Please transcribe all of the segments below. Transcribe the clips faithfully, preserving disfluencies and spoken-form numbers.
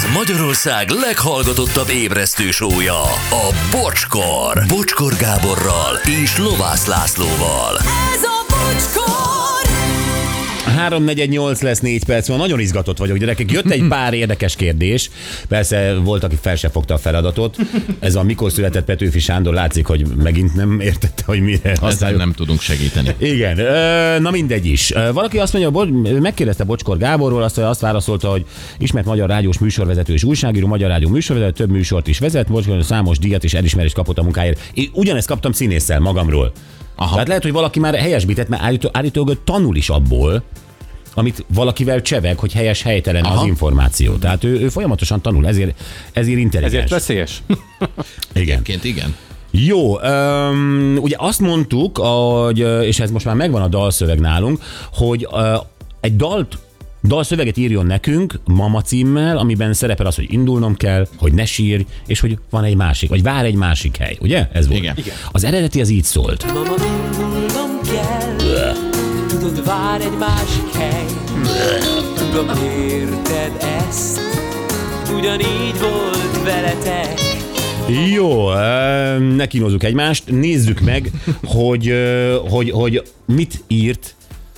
Ez Magyarország leghallgatottabb ébresztő show-ja, a Bocskor. Bocskor Gáborral és Lovász Lászlóval. Ez a Bocskor! három negyvennyolc lesz, négy perc van. Nagyon izgatott vagyok, gyerekek. Jött egy pár érdekes kérdés. Persze volt, aki fel se fogta a feladatot. Ez a mikor született Petőfi Sándor, látszik, hogy megint nem értette, hogy mire használjuk. Ezzel nem tudunk segíteni. Igen, na mindegy is. Valaki azt mondja, megkérdezte Bocskor Gáborról, azt, azt válaszolta, hogy ismert magyar rádiós műsorvezető és újságíró, magyar rádió műsorvezető, több műsort is vezet, Bocskor számos díjat és elismerést kapott a munkáért. Én ugyanezt kaptam színésszel magamról. Aha. Tehát lehet, hogy valaki már helyesbített, mert állító, állítólag tanul is abból, amit valakivel cseveg, hogy helyes, helytelen az információ. Tehát ő, ő folyamatosan tanul, ezért, ezért intelligens. Ezért veszélyes. Igen. Egyébként igen. Jó, um, ugye azt mondtuk, hogy, és ez most már megvan a dalszöveg nálunk, hogy uh, egy dalt dalszöveget írjon nekünk Mama címmel, amiben szerepel az, hogy indulnom kell, hogy ne sírj, és hogy van egy másik, vagy vár egy másik hely, ugye? Ez volt. Igen. Igen. Az eredeti az így szólt. Mama, indulnom kell, tudod, vár egy másik hely. Tudom, érted ezt, ugyanígy volt veletek. Jó, ne kínozzuk egymást, nézzük meg, hogy, hogy, hogy mit írt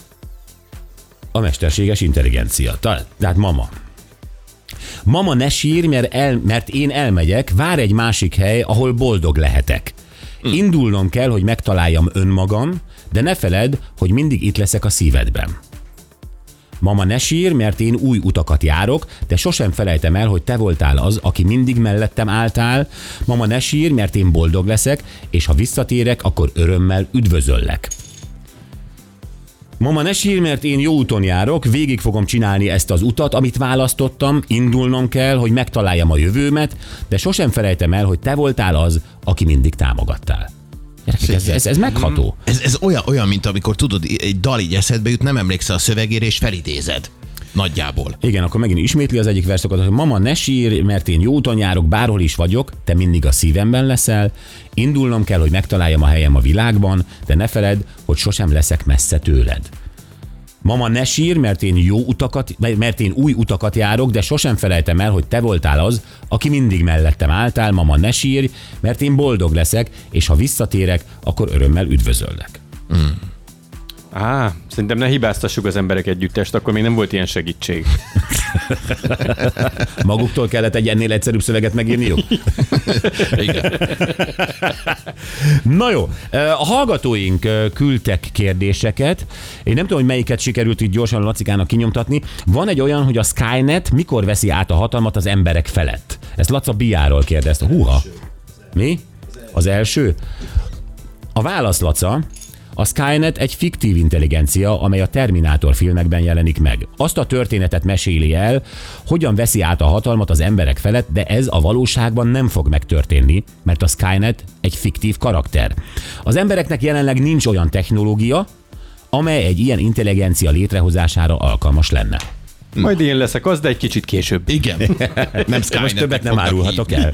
a mesterséges intelligencia. Tehát mama. Mama, ne sírj, mert, el, mert én elmegyek, vár egy másik hely, ahol boldog lehetek. Indulnom kell, hogy megtaláljam önmagam, de ne feledd, hogy mindig itt leszek a szívedben. Mama, ne sírj, mert én új utakat járok, de sosem felejtem el, hogy te voltál az, aki mindig mellettem álltál. Mama, ne sírj, mert én boldog leszek, és ha visszatérek, akkor örömmel üdvözöllek. Mama, ne sírj, mert én jó úton járok, végig fogom csinálni ezt az utat, amit választottam, indulnom kell, hogy megtaláljam a jövőmet, de sosem felejtem el, hogy te voltál az, aki mindig támogattál. Ez, ez, ez megható. Ez, ez olyan, olyan, mint amikor tudod, egy dal így eszedbe jut, nem emlékszel a szövegére, és felidézed. Nagyjából. Igen, akkor megint ismétli az egyik verszokat, hogy mama, ne sírj, mert én jó úton járok, bárhol is vagyok, te mindig a szívemben leszel, indulnom kell, hogy megtaláljam a helyem a világban, de ne feledd, hogy sosem leszek messze tőled. Mama, ne sírj, mert én jó utakat, mert én új utakat járok, de sosem felejtem el, hogy te voltál az, aki mindig mellettem álltál. Mama, ne sírj, mert én boldog leszek, és ha visszatérek, akkor örömmel üdvözöllek. Mm. Á, szerintem ne hibáztassuk az emberek együttest, akkor még nem volt ilyen segítség. Maguktól kellett egy ennél egyszerűbb szöveget megírniuk? Igen. Na jó, a hallgatóink küldtek kérdéseket. Én nem tudom, hogy melyiket sikerült így gyorsan Lacikának kinyomtatni. Van egy olyan, hogy a Skynet mikor veszi át a hatalmat az emberek felett? Ezt Laca Biáról kérdezte. Húha. Mi? Az első? A válasz, Laca. A Skynet egy fiktív intelligencia, amely a Terminátor filmekben jelenik meg. Azt a történetet meséli el, hogyan veszi át a hatalmat az emberek felett, de ez a valóságban nem fog megtörténni, mert a Skynet egy fiktív karakter. Az embereknek jelenleg nincs olyan technológia, amely egy ilyen intelligencia létrehozására alkalmas lenne. Majd én leszek az, de egy kicsit később. Igen. Nem Skynet. Most többet nem árulhatok el.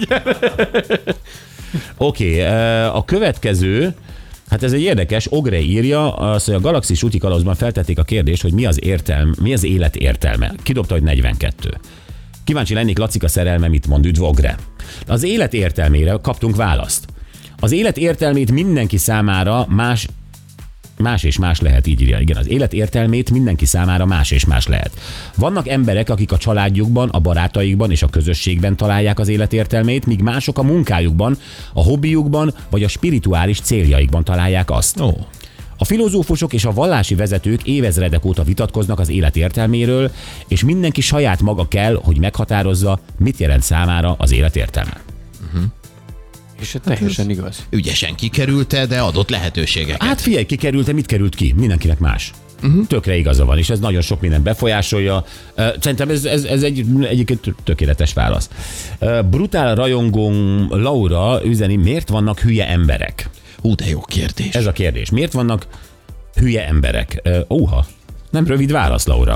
Oké, okay, a következő. Hát ez egy érdekes, Ogre írja, azt, hogy a Galaxis úti kalauzban feltették a kérdést, hogy mi az értelme, mi az élet értelme. Kidobta, hogy negyvenkettő. Kíváncsi lennék, Lacika szerelme mit mond, üdv Ogre. Az élet értelmére kaptunk választ. Az élet értelmét mindenki számára más Más és más lehet, így írja. Igen, az élet értelmét mindenki számára más és más lehet. Vannak emberek, akik a családjukban, a barátaikban és a közösségben találják az élet értelmét, míg mások a munkájukban, a hobbiukban vagy a spirituális céljaikban találják azt. Oh. A filozófusok és a vallási vezetők évezredek óta vitatkoznak az élet értelméről, és mindenki saját maga kell, hogy meghatározza, mit jelent számára az élet értelme. Uh-huh. És ez teljesen igaz. Ügyesen kikerülte, de adott lehetőségeket. Hát figyelj, kikerült, mit került ki? Mindenkinek más. Uh-huh. Tökre igaza van, és ez nagyon sok minden befolyásolja. Szerintem ez, ez, ez egy egyébként tökéletes válasz. Brutál rajongóm Laura üzeni, miért vannak hülye emberek? Hú, de jó kérdés. Ez a kérdés. Miért vannak hülye emberek? Óha, nem rövid válasz, Laura.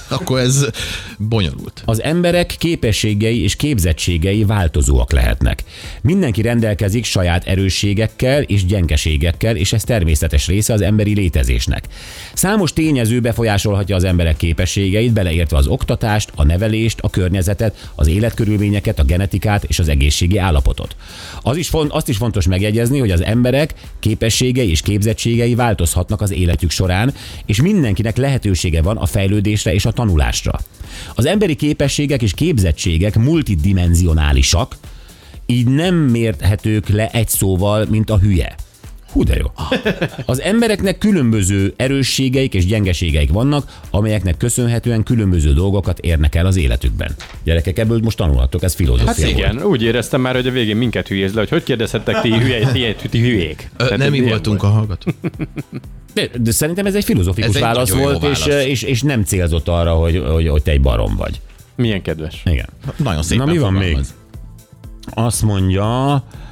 akkor ez bonyolult. Az emberek képességei és képzettségei változóak lehetnek. Mindenki rendelkezik saját erősségekkel és gyengeségekkel, és ez természetes része az emberi létezésnek. Számos tényező befolyásolhatja az emberek képességeit, beleértve az oktatást, a nevelést, a környezetet, az életkörülményeket, a genetikát és az egészségi állapotot. Az is font, azt is fontos megjegyezni, hogy az emberek képességei és képzettségei változhatnak az életük során, és mindenkinek lehetősége van a fejlődésre és a tanulásra. Az emberi képességek és képzettségek multidimenzionálisak, így nem mérhetők le egy szóval, mint a hülye. Hú, de jó. Az embereknek különböző erősségeik és gyengeségeik vannak, amelyeknek köszönhetően különböző dolgokat érnek el az életükben. Gyerekek, ebből most tanulhattok, ez filozófia. Hát igen, úgy éreztem már, hogy a végén minket hülyéz le, hogy hogy kérdezhettek ti hülyék, ti, ti hülyék. Ö, nem mi voltunk a hallgatók. De, de szerintem ez egy filozofikus ez egy válasz volt, válasz. És, és, és nem célzott arra, hogy, hogy, hogy te egy barom vagy. Milyen kedves. Igen. Nagyon szépen Na mi van fogalmaz. még? Azt mondja,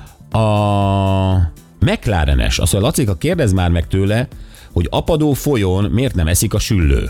a McLarenes, azt mondja, Lacika, kérdezz már meg tőle, hogy apadó folyón miért nem eszik a süllő?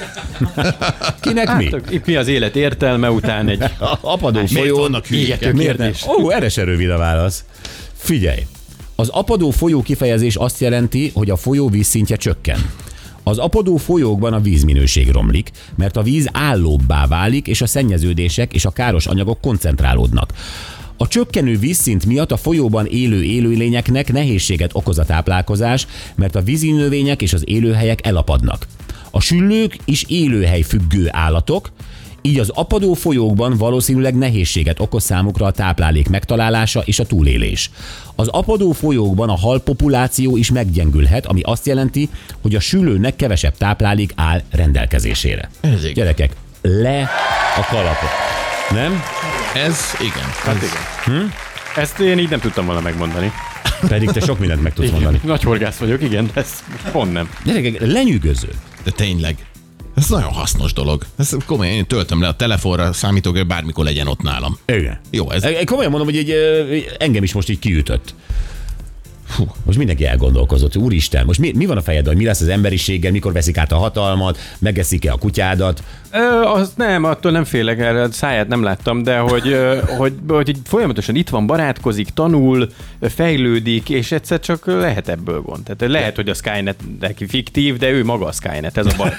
Kinek mi? Hát, itt mi az élet értelme után egy... A apadó Miért folyón vannak hülyék? égető miért nem? kérdés. Ó, erre se rövid a válasz. Figyelj, az apadó folyó kifejezés azt jelenti, hogy a folyó vízszintje csökken. Az apadó folyókban a vízminőség romlik, mert a víz állóbbá válik, és a szennyeződések és a káros anyagok koncentrálódnak. A csökkenő vízszint miatt a folyóban élő élőlényeknek nehézséget okoz a táplálkozás, mert a vízi növények és az élőhelyek elapadnak. A süllők is élőhely függő állatok, így az apadó folyókban valószínűleg nehézséget okoz számukra a táplálék megtalálása és a túlélés. Az apadó folyókban a halpopuláció is meggyengülhet, ami azt jelenti, hogy a süllőnek kevesebb táplálék áll rendelkezésére. Ez igen. Gyerekek, le a kalapot. Nem? Ez igen. Hát igen. Hm? Ezt én így nem tudtam volna megmondani. Pedig te sok mindent meg tudsz Igen. mondani. Nagy horgász vagyok, igen, de ez pont nem. Gyerekek, lenyűgöző. De tényleg. Ez nagyon hasznos dolog. Ez komolyan, én töltöm le a telefonra, a számítógép, bármikor legyen ott nálam. Igen. Jó, ez... E- Komolyan mondom, hogy egy, ö, engem is most így kiütött. Fú, most mindenki elgondolkozott, úristen, most mi, mi van a fejedben, hogy mi lesz az emberiséggel, mikor veszik át a hatalmat, megeszik-e a kutyádat? Ö, az nem, attól nem félek, erre a száját nem láttam, de hogy, ö, hogy, hogy így folyamatosan itt van, barátkozik, tanul, fejlődik, és egyszer csak lehet ebből gond. Tehát lehet, hogy a Skynet neki fiktív, de ő maga a Skynet, ez a baj.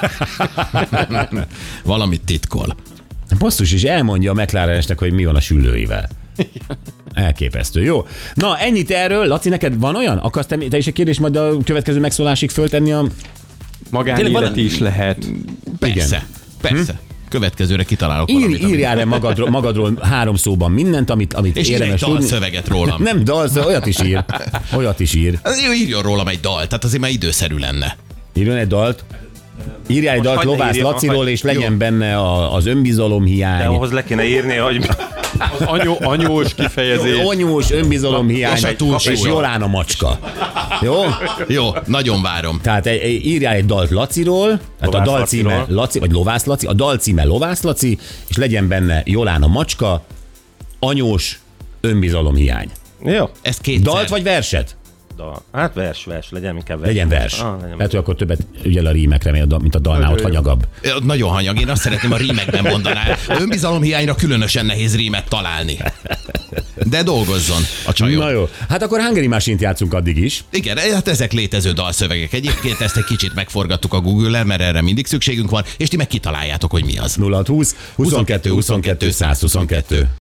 Valamit titkol. Basszus is elmondja a McLarenesnek, hogy mi van a süllőivel. Elképesztő. Jó. Na, ennyit erről. Laci, neked van olyan? Akarsz te, te is egy kérdés majd a következő megszólásig föltenni a... Magánéleti is lehet. Persze. Persze. Hm? Következőre kitalálok Ír, valamit. amit- írjál le magadról, magadról három szóban mindent, amit, amit És ír egy érdemes tudni. dalszöveget rólam. Nem dal, olyat is ír. Olyat is ír. Az jó, írjon rólam egy dal, tehát azért már időszerű lenne. Írjon egy dalt. Írjál egy dalt hagyd ne Lovász írjam, Laciról, hagy- és legyen benne a, az önbizalom De hiány. ahhoz le kéne írni, hogy Az anyó, anyós kifejezés. Onyós önbizalom hiány, és a túlsúlya. és Jolán a macska. Jó? Jó, nagyon várom. Tehát e- e- írjál egy dalt Laciról, tehát a Lovász dal címe Laciról. Laci, vagy Lovász Laci, a dal címe Lovász Laci, és legyen benne Jolán a macska, anyós önbizalom hiány. jó. Ez kétszer. Dalt vagy verset? Da. Hát vers, vers, legyen inkább vers. Legyen vers. Ah, legyen Lehet, hogy akkor többet ügyel a rímekre, mint a dalnál, ott hanyagabb. Nagyon hanyag, én azt szeretném, a rímekben mondanál. A önbizalomhiányra különösen nehéz rímet találni. De dolgozzon a csajó. Na jó, hát akkor Hungary Machine-t játszunk addig is. Igen, hát ezek létező dalszövegek. Egyébként ezt egy kicsit megforgattuk a Google-el, mert erre mindig szükségünk van, és ti meg kitaláljátok, hogy mi az. nulla hat húsz huszonkettő huszonkettő száz huszonkettő.